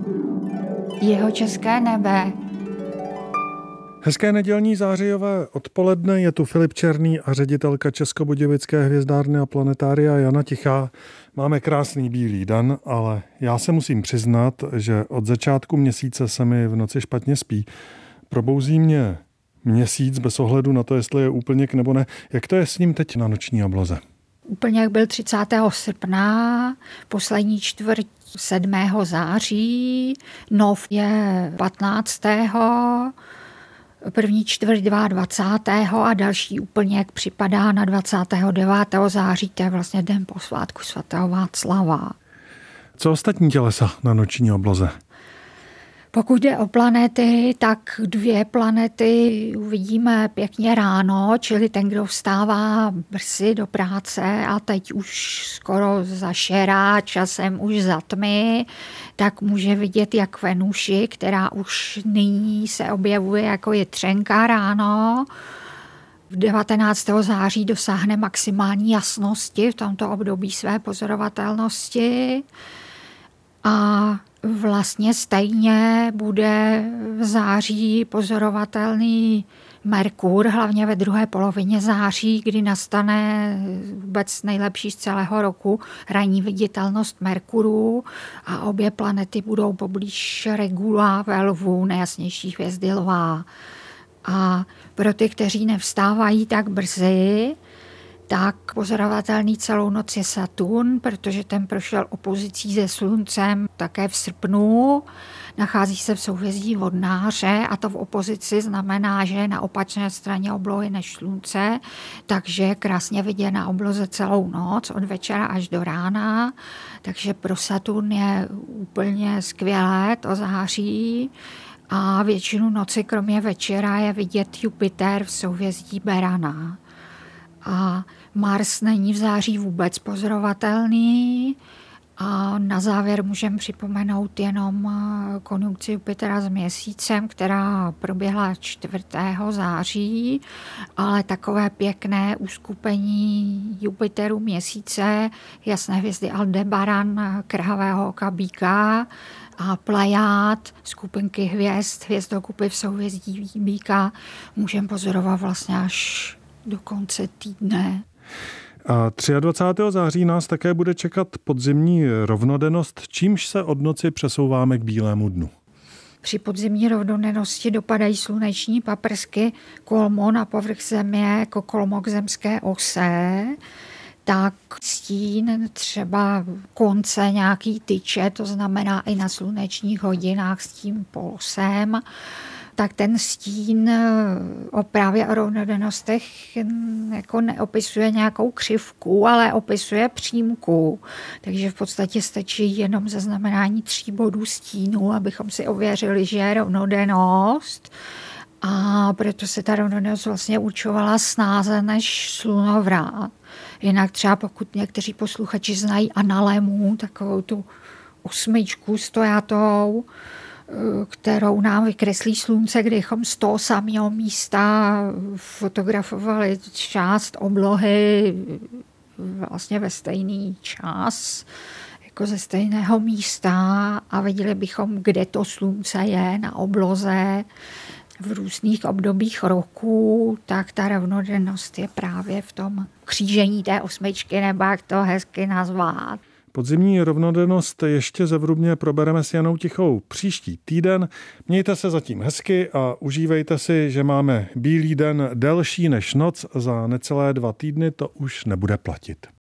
Jihočeské nebe. Hezké nedělní zářijové odpoledne, je tu Filip Černý a ředitelka Českobudějovické hvězdárny a planetária Jana Tichá. Máme krásný bílý den, ale já se musím přiznat, že od začátku měsíce se mi v noci špatně spí. Probouzí mě měsíc bez ohledu na to, jestli je úplněk nebo ne. Jak to je s ním teď na noční obloze? Úplněk byl 30. srpna, poslední čtvrť 7. září, nov je 15. První čtvrť 22. a další úplněk připadá na 29. září, to je vlastně den posvátku svatého Václava. Co ostatní tělesa na noční obloze? Pokud jde o planety, tak 2 planety uvidíme pěkně ráno, čili ten, kdo vstává brzy do práce a teď už skoro zašerá, časem už za tmy, tak může vidět jak Venuši, která už nyní se objevuje jako jitřenka ráno. V 19. září dosáhne maximální jasnosti v tomto období své pozorovatelnosti a vlastně stejně bude v září pozorovatelný Merkur, hlavně ve druhé polovině září, kdy nastane vůbec nejlepší z celého roku ranní viditelnost Merkuru a obě planety budou poblíž Regula ve Lvu, nejjasnější hvězdy Lva. A pro ty, kteří nevstávají tak brzy, tak pozorovatelný celou noc je Saturn, protože ten prošel opozicí se Sluncem také v srpnu. Nachází se v souhvězdí Vodnáře a to v opozici znamená, že je na opačné straně oblohy než Slunce, takže je krásně vidět na obloze celou noc, od večera až do rána. Takže pro Saturn je úplně skvělé to září. A většinu noci, kromě večera, je vidět Jupiter v souhvězdí Berana. A Mars není v září vůbec pozorovatelný a na závěr můžeme připomenout jenom konjunkci Jupitera s Měsícem, která proběhla 4. září, ale takové pěkné uskupení Jupiteru Měsíce, jasné hvězdy Aldebaran, krhavého oka Býka a Plejád, skupinky hvězd, hvězdokupy v souhvězdí Býka můžeme pozorovat vlastně až do konce týdne. A 23. září nás také bude čekat podzimní rovnodennost, čímž se od noci přesouváme k bílému dnu. Při podzimní rovnodennosti dopadají sluneční paprsky kolmo na povrch země jako kolmo k zemské ose, tak stín třeba konce nějaký tyče, to znamená i na slunečních hodinách s tím polosem, tak ten stín právě o rovnodennostech jako neopisuje nějakou křivku, ale opisuje přímku. Takže v podstatě stačí jenom zaznamenání 3 bodů stínu, abychom si ověřili, že je rovnodennost. A proto se ta rovnodennost vlastně určovala snáze než slunovrat. Jinak třeba pokud někteří posluchači znají analému, takovou tu 8 stojatou, kterou nám vykreslí slunce, kdybychom z toho samého místa fotografovali část oblohy vlastně ve stejný čas, jako ze stejného místa a viděli bychom, kde to slunce je na obloze v různých obdobích roku, tak ta rovnodennost je právě v tom křížení té 8, nebo jak to hezky nazvat. Podzimní rovnodennost ještě zevrubně probereme s Janou Tichou příští týden. Mějte se zatím hezky a užívejte si, že máme bílý den delší než noc. Za necelé 2 týdny to už nebude platit.